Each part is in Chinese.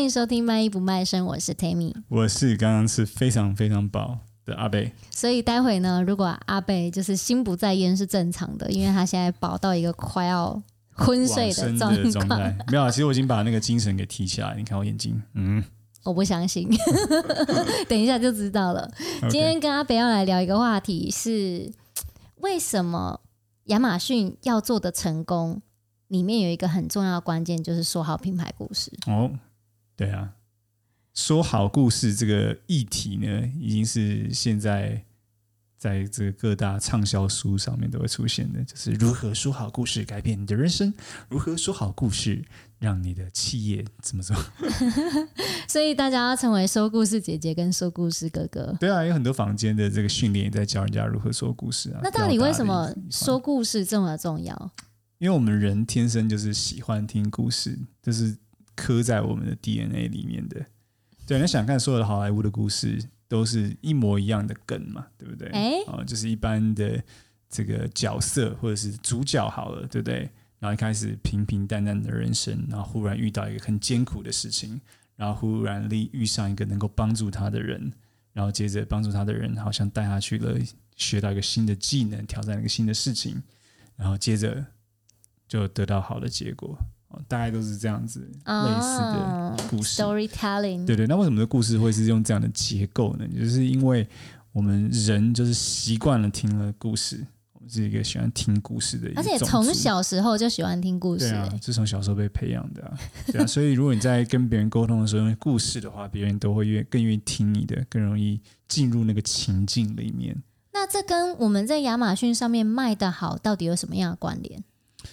欢迎收听卖艺不卖身，我是 Tammy， 我是刚刚吃非常非常饱的阿贝。 所以待会呢，如果阿贝就是心不在焉是正常的，因为他现在饱到一个快要昏睡的状态。 没有，其实我已经把那个精神给提起来，你看我眼睛， 我不相信等一下就知道了。今天跟阿北要来聊一个话题是，为什么亚马逊要做的成功里面有一个很重要的关键，就是说好品牌故事。 对啊，说好故事这个议题呢，已经是现在在这个各大畅销书上面都会出现的，就是如何说好故事改变你的人生，如何说好故事让你的企业怎么做。 所以大家要成为说故事姐姐跟说故事哥哥。 对啊，有很多坊间的这个训练也在教人家如何说故事啊。 那到底为什么说故事这么重要？ 因为我们人天生就是喜欢听故事，这是刻在我们的 DNA 里面的。对，你想看所有的好莱坞的故事都是一模一样的梗嘛，对不对？就是一般的这个角色或者是主角好了，对不对？然后一开始平平淡淡的人生，然后忽然遇到一个很艰苦的事情，然后忽然遇上一个能够帮助他的人，然后接着帮助他的人好像带他去了学到一个新的技能，挑战一个新的事情，然后接着就得到好的结果。大概都是这样子类似的故事、 storytelling。 对，那为什么这故事会是用这样的结构呢？就是因为我们人就是习惯了听了故事，我们是一个喜欢听故事的一种族， 而且从小时候就喜欢听故事。 对啊，是从小时候被培养的啊。对啊，所以如果你在跟别人沟通的时候用故事的话，别人都会更愿意听你的，更容易进入那个情境里面。 那这跟我们在亚马逊上面卖的好到底有什么样的关联？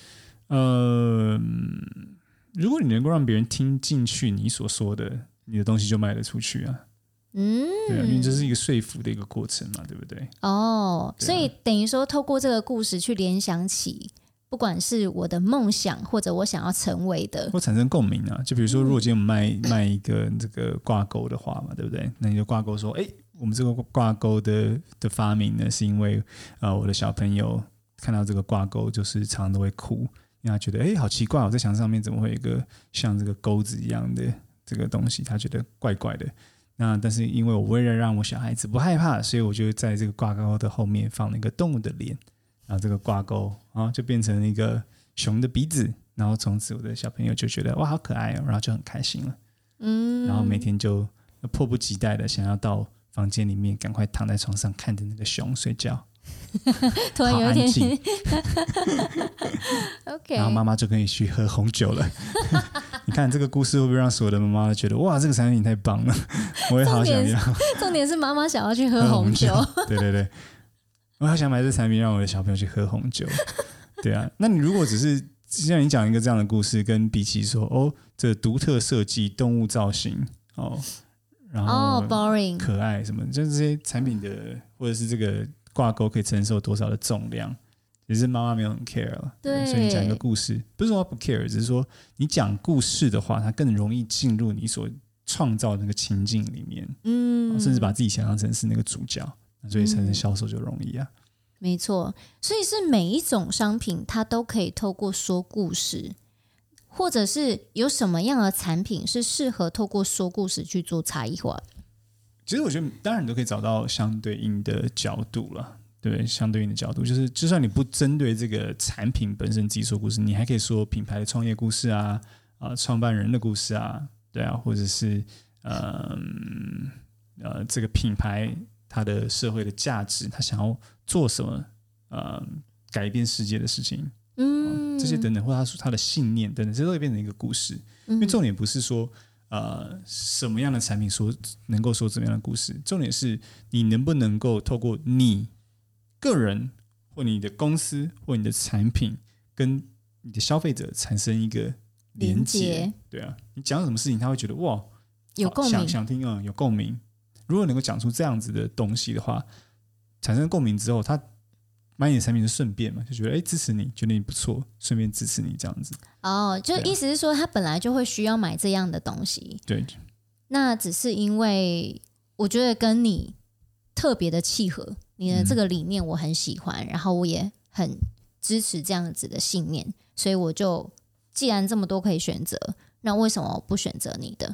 如果你能够让别人听进去你所说的，你的东西就卖得出去啊。对啊，因为这是一个说服的一个过程嘛，对不对？ 所以等于说透过这个故事去联想起不管是我的梦想或者我想要成为的， 或产生共鸣啊。就比如说如果今天我们卖一个这个挂钩的话嘛，对不对？那你就挂钩说，我们这个挂钩的发明呢，是因为我的小朋友看到这个挂钩就是常常都会哭，因为他觉得好奇怪，我在墙上面怎么会有一个像这个钩子一样的这个东西，他觉得怪怪的。那但是因为我为了让我小孩子不害怕，所以我就在这个挂钩的后面放了一个动物的脸，然后这个挂钩就变成一个熊的鼻子，然后从此我的小朋友就觉得哇好可爱然后就很开心了。然后每天就迫不及待的想要到房间里面赶快躺在床上看着那个熊睡觉。 突然有一天 OK， 然后妈妈就可以去喝红酒了。你看这个故事会不会让所有的妈妈都觉得哇这个产品太棒了，我也好想要。 重点是妈妈想要去喝红酒。 对，我好想买这产品让我的小朋友去喝红酒。对啊，那你如果只是像你讲一个这样的故事，跟比起说这独特设计动物造型然后 boring 可爱什么，就是这些产品的或者是这个挂钩可以承受多少的重量，只是妈妈没有很 care 了。 对， 所以你讲一个故事，不是说不 care， 只是说你讲故事的话，它更容易进入你所创造的那个情境里面，甚至把自己想象成是那个主角，所以产生销售就容易啊。 没错，所以是每一种商品它都可以透过说故事，或者是有什么样的产品是适合透过说故事去做差异化的。 其实我觉得当然你都可以找到相对应的角度了，对，相对应的角度就是就算你不针对这个产品本身自己说故事，你还可以说品牌的创业故事啊，创办人的故事啊，对啊，或者是这个品牌它的社会的价值，它想要做什么改变世界的事情，这些等等，或者它的信念等等，这都会变成一个故事。因为重点不是说什么样的产品能够说怎么样的故事，重点是你能不能够透过你个人或你的公司或你的产品跟你的消费者产生一个连结。对啊，你讲什么事情他会觉得哇有共鸣， 想听有共鸣。如果能够讲出这样子的东西的话，产生共鸣之后，他买你的产品是顺便嘛，就觉得支持你，觉得你不错，顺便支持你这样子。 就意思是说他本来就会需要买这样的东西。 对， 那只是因为我觉得跟你特别的契合，你的这个理念我很喜欢，然后我也很支持这样子的信念，所以我就既然这么多可以选择，那为什么我不选择你的？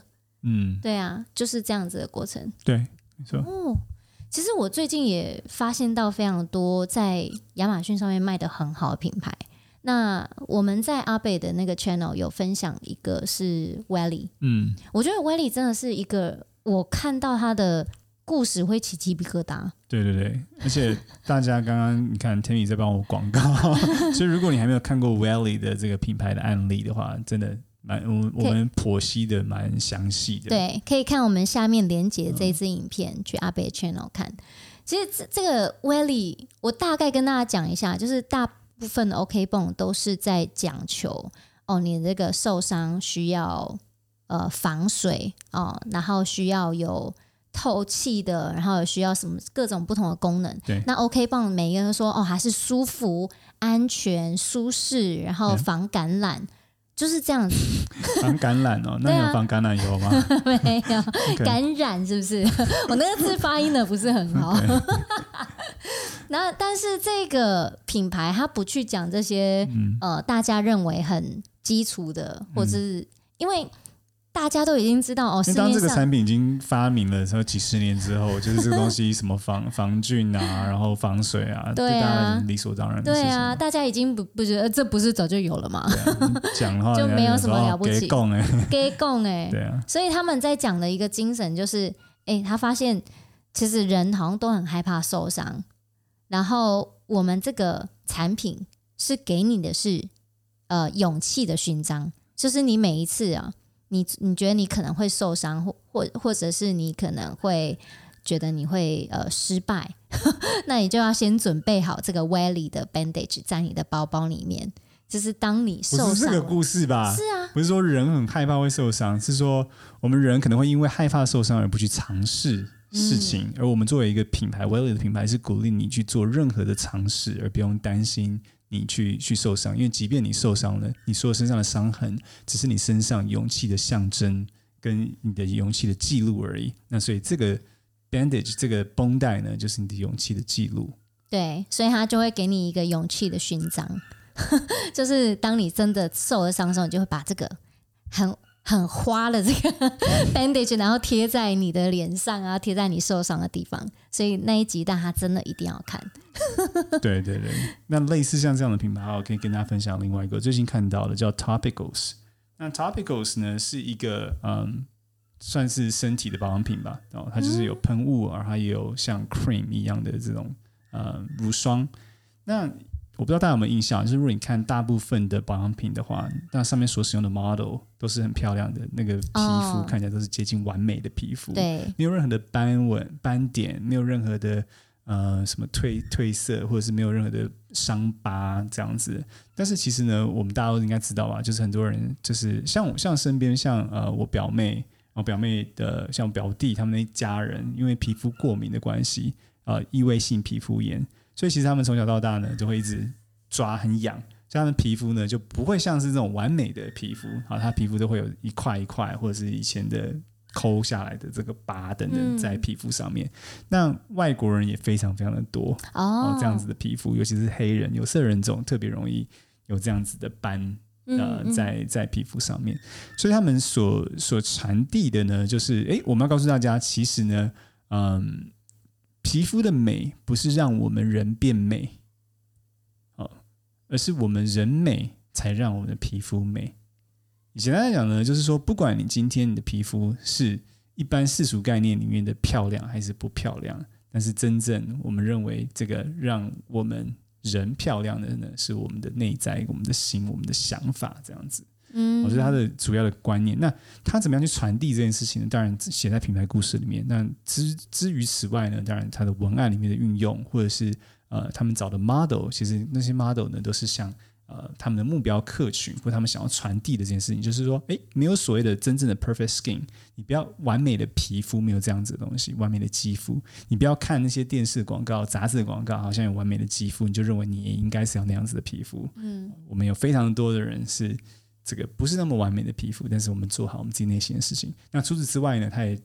对啊，就是这样子的过程。 对，没错。 其实我最近也发现到非常多在亚马逊上面卖的很好的品牌。那我们在阿贝的那个 channel 有分享一个是 Welly， 我觉得 Welly 真的是一个我看到他的故事会起鸡皮疙瘩。对对对，而且大家刚刚你看 Tammy 在帮我广告，所以如果你还没有看过 Welly 的这个品牌的案例的话，真的我们剖析的蛮详细的。 对，可以看我们下面连结这支影片，去阿贝 channel 看。其实这个 Welly 我大概跟大家讲一下，就是大部分的 OK 泵都是在讲求你这个受伤需要防水然后需要有透气的，然后需要什么各种不同的功能。 对， 那 OK 泵每一个人都说还是舒服、安全、舒适，然后防感染。就是这样子， 防感染那你有防感染油吗？ 没有，okay. 感染是不是？我那个字发音的不是很好。那但是这个品牌它不去讲这些大家认为很基础的，或者是因为大家都已经知道因为当这个产品已经发明了之后几十年之后，就是这个东西什么防菌啊，然后防水啊，对大家已经理所当然的事情。 对啊，大家已经不觉得这不是早就有了吗？ 讲的话就没有什么了不起。 给供对啊。 所以他们在讲的一个精神就是，他发现其实人好像都很害怕受伤，然后我们这个产品是给你的是勇气的勋章，就是你每一次你觉得你可能会受伤，或者是你可能会觉得你会失败，那你就要先准备好这个 Welly 的 bandage 在你的包包里面。就是当你受伤， 不是这个故事吧？ 是啊， 不是说人很害怕会受伤，是说我们人可能会因为害怕受伤而不去尝试事情，而我们作为一个品牌 Welly 的品牌是鼓励你去做任何的尝试，而不用担心你去受伤，因为即便你受伤了，你所有身上的伤痕只是你身上勇气的象征跟你的勇气的记录而已。那所以这个 bandage 这个绷带呢，就是你的勇气的记录。 对，所以他就会给你一个勇气的勋章，就是当你真的受了伤的时候，你就会把这个很花的这个 bandage 然后贴在你的脸上啊，贴在你受伤的地方。所以那一集大家真的一定要看。 对对对，那类似像这样的品牌，我可以跟大家分享另外一个最近看到的叫 Topicals。 那 Topicals 呢是一个算是身体的保养品吧，它就是有喷雾，而它也有像 cream 一样的这种乳霜。那我不知道大家有没有印象，就是如果你看大部分的保养品的话，那上面所使用的 model 都是很漂亮的，那个皮肤看起来都是接近完美的皮肤， 对， 没有任何的斑纹、斑点，没有任何的什么褪色，或者是没有任何的伤疤这样子。但是其实呢，我们大家都应该知道吧，就是很多人就是像身边像我表妹的像我表弟他们那一家人，因为皮肤过敏的关系，异位性皮肤炎。所以其实他们从小到大呢，就会一直抓很痒，所以他们皮肤呢就不会像是这种完美的皮肤，他皮肤都会有一块一块，或者是以前的抠下来的这个疤等等在皮肤上面。那外国人也非常非常的多这样子的皮肤，尤其是黑人、有色人种特别容易有这样子的斑在皮肤上面。所以他们所传递的呢，就是我们要告诉大家，其实呢，皮肤的美不是让我们人变美，而是我们人美才让我们的皮肤美。简单来讲呢，就是说不管你今天你的皮肤是一般世俗概念里面的漂亮还是不漂亮，但是真正我们认为这个让我们人漂亮的呢，是我们的内在、我们的心、我们的想法这样子。我觉得它的主要的观念，那它怎么样去传递这件事情呢？当然写在品牌故事里面。那之于此外呢，当然它的文案里面的运用，或者是他们找的 model， 其实那些 model 呢都是像他们的目标客群或他们想要传递的这件事情，就是说，没有所谓的真正的 perfect skin， 你不要完美的皮肤，没有这样子的东西，完美的肌肤，你不要看那些电视广告、杂志的广告，好像有完美的肌肤，你就认为你也应该是要那样子的皮肤。我们有非常多的人是这个不是那么完美的皮肤，但是我们做好我们自己内心的事情。那除此之外呢，他也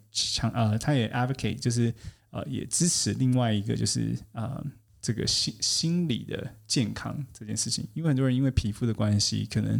advocate， 就是也支持另外一个就是这个心理的健康这件事情。因为很多人因为皮肤的关系，可能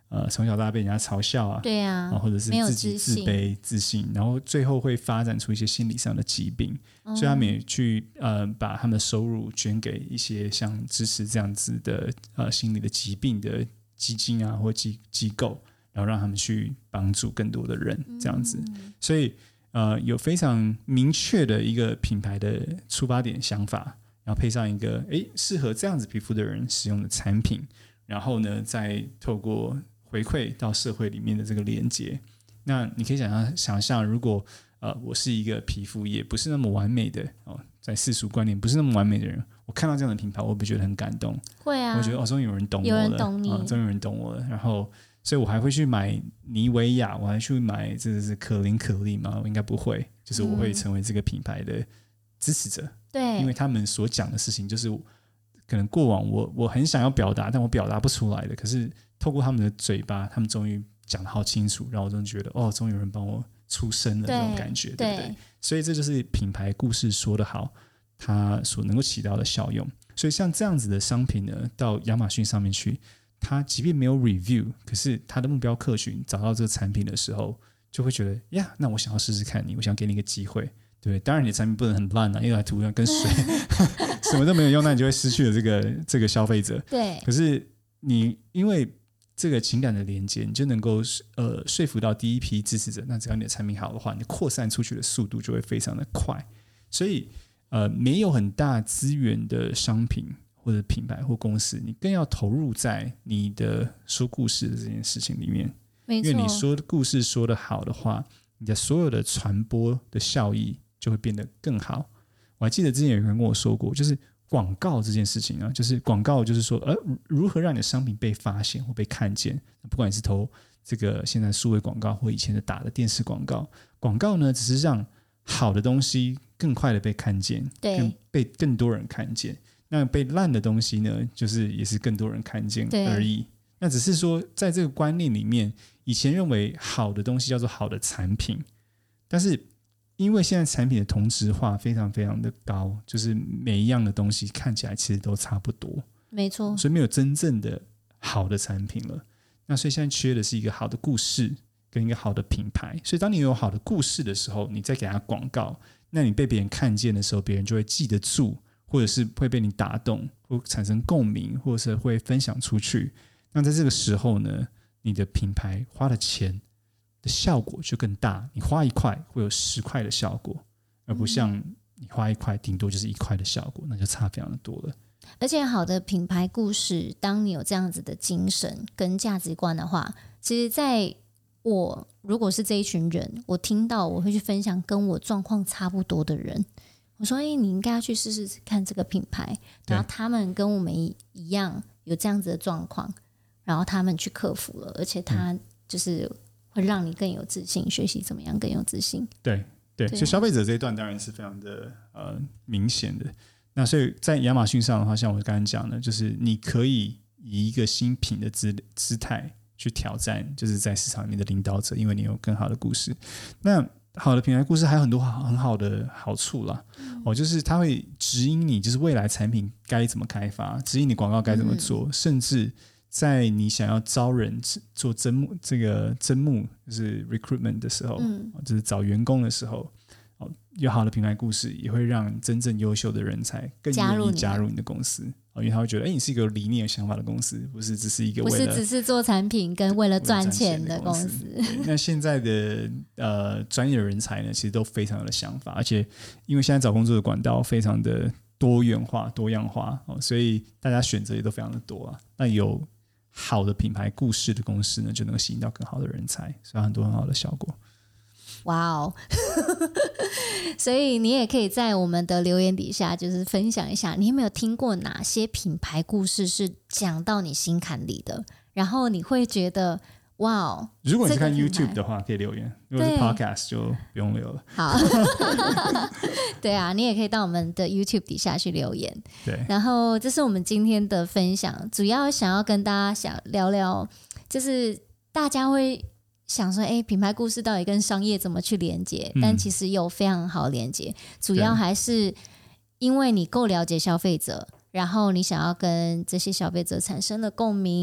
从小到大被人家嘲笑啊， 对啊， 或者是自己自卑自信，然后最后会发展出一些心理上的疾病，所以他们也去把他们的收入捐给一些像支持这样子的心理的疾病的基金啊或机构，然后让他们去帮助更多的人这样子，所以有非常明确的一个品牌的出发点想法，然后配上一个适合这样子皮肤的人使用的产品，然后呢再透过回馈到社会里面的这个连接。那你可以想象如果我是一个皮肤也不是那么完美的在世俗观念不是那么完美的人，我看到这样的品牌我会不会觉得很感动？ 会啊， 我觉得终于有人懂我了， 有人懂你终于有人懂我了。然后所以我还会去买妮维雅，我还去买这是可伶可俐吗？我应该不会，就是我会成为这个品牌的支持者， 对， 因为他们所讲的事情就是可能过往我很想要表达但我表达不出来的，可是透过他们的嘴巴他们终于讲得好清楚，让我真的觉得终于有人帮我出声了这种感觉， 对不对？所以这就是品牌故事说得好它所能够起到的效用。所以像这样子的商品呢到亚马逊上面去，它即便没有 review， 可是它的目标客群找到这个产品的时候就会觉得呀，那我想要试试看你，我想给你一个机会，对，当然你的产品不能很烂啊，因为它涂上跟水什么都没有用，那你就会失去了这个消费者。 对， 可是你因为这个情感的连接，你就能够说服到第一批支持者，那只要你的产品好的话，你扩散出去的速度就会非常的快。所以没有很大资源的商品或者品牌或公司，你更要投入在你的说故事的这件事情里面， 没错， 因为你说故事说得好的话，你的所有的传播的效益就会变得更好。我还记得之前有人跟我说过，就是广告这件事情啊，就是广告就是说如何让你的商品被发现或被看见，不管你是投这个现在数位广告或以前的打的电视广告，广告呢只是让好的东西更快的被看见， 对， 被更多人看见，那被烂的东西呢就是也是更多人看见而已。那只是说在这个观念里面，以前认为好的东西叫做好的产品，但是因为现在产品的同质化非常非常的高，就是每一样的东西看起来其实都差不多， 没错， 所以没有真正的好的产品了。那所以现在缺的是一个好的故事跟一个好的品牌。所以当你有好的故事的时候，你再给他广告，那你被别人看见的时候，别人就会记得住，或者是会被你打动，或产生共鸣，或者是会分享出去。那在这个时候呢，你的品牌花的钱的效果就更大，你花1块会有10块的效果，而不像你花1块顶多就是1块的效果，那就差非常的多了。 而且好的品牌故事，当你有这样子的精神跟价值观的话，其实在我如果是这一群人，我听到我会去分享跟我状况差不多的人，我说你应该要去试试看这个品牌，然后他们跟我们一样有这样子的状况，然后他们去克服了，而且他就是会让你更有自信，学习怎么样更有自信。 对，所以消费者这一段当然是非常的明显的。那所以在亚马逊上的话，像我刚才讲的，就是你可以以一个新品的姿态去挑战，就是在市场里面的领导者，因为你有更好的故事。那好的品牌故事还有很多很好的好处啦，就是它会指引你，就是未来产品该怎么开发，指引你广告该怎么做，甚至在你想要招人做征募就是 recruitment 的时候，就是找员工的时候，有好的品牌故事也会让真正优秀的人才更愿意加入你的公司，因为他会觉得你是一个有理念有想法的公司，不是只是一个为了不是只是做产品跟为了赚钱的公司。 那现在的专业的人才呢，其实都非常有的想法，而且因为现在找工作的管道非常的多元化多样化，所以大家选择也都非常的多啊。那有好的品牌故事的公司呢，就能够吸引到更好的人才，所以很多很好的效果。 哇哦！所以你也可以在我们的留言底下，就是分享一下，你有没有听过哪些品牌故事是讲到你心坎里的，然后你会觉得哇哦！ 如果你是看 YouTube 的话，可以留言；如果是 Podcast 就不用留了。 好，对啊，你也可以到我们的 YouTube 底下去留言。 对， 然后这是我们今天的分享，主要想要跟大家聊聊，就是大家会想说品牌故事到底跟商业怎么去连接，但其实有非常好连接，主要还是因为你够了解消费者，然后你想要跟这些消费者产生了共鸣，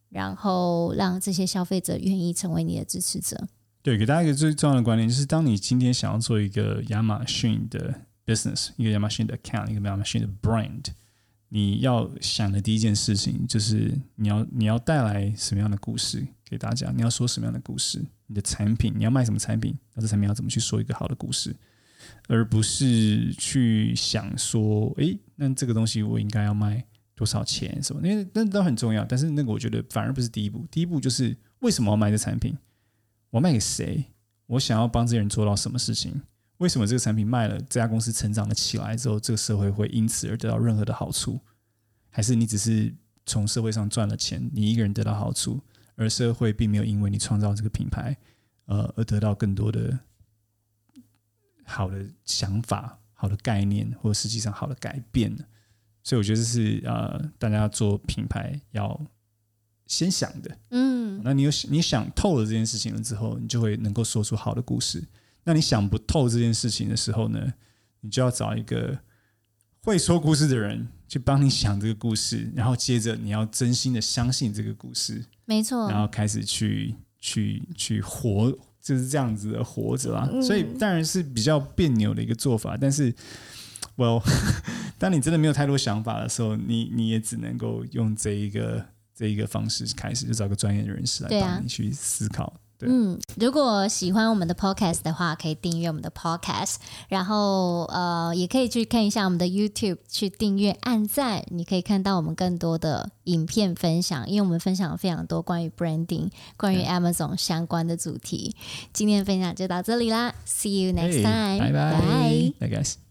然后让这些消费者愿意成为你的支持者。 对，给大家一个最重要的观念，就是当你今天想要做一个亚马逊的 business， 一个亚马逊的 account， 一个亚马逊的 brand， 你要想的第一件事情就是你要带来什么样的故事给大家，你要说什么样的故事，你的产品你要卖什么产品，那这产品要怎么去说一个好的故事，而不是去想说那这个东西我应该要卖多少钱什么，因为那都很重要，但是那个我觉得反而不是第一步，第一步就是为什么我要卖这产品，我卖给谁，我想要帮这些人做到什么事情，为什么这个产品卖了，这家公司成长了起来之后，这个社会会因此而得到任何的好处，还是你只是从社会上赚了钱，你一个人得到好处，而社会并没有因为你创造这个品牌而得到更多的好的想法、好的概念，或者实际上好的改变。所以我觉得这是大家做品牌要先想的。那你想透了这件事情了之后，你就会能够说出好的故事。那你想不透这件事情的时候呢，你就要找一个会说故事的人去帮你想这个故事，然后接着你要真心的相信这个故事， 没错， 然后开始去活，就是这样子的活着啦。所以当然是比较别扭的一个做法，但是well 当你真的没有太多想法的时候，你也只能够用这一个方式开始，就找个专业的人士来帮你去思考。对， 如果喜欢我们的 podcast 的话，可以订阅我们的 podcast， 然后也可以去看一下我们的 YouTube， 去订阅按赞，你可以看到我们更多的影片分享，因为我们分享了非常多关于 branding 关于 Amazon 相关的主题。今天的分享就到这里啦， See you next time， 拜拜， Bye Bye guys。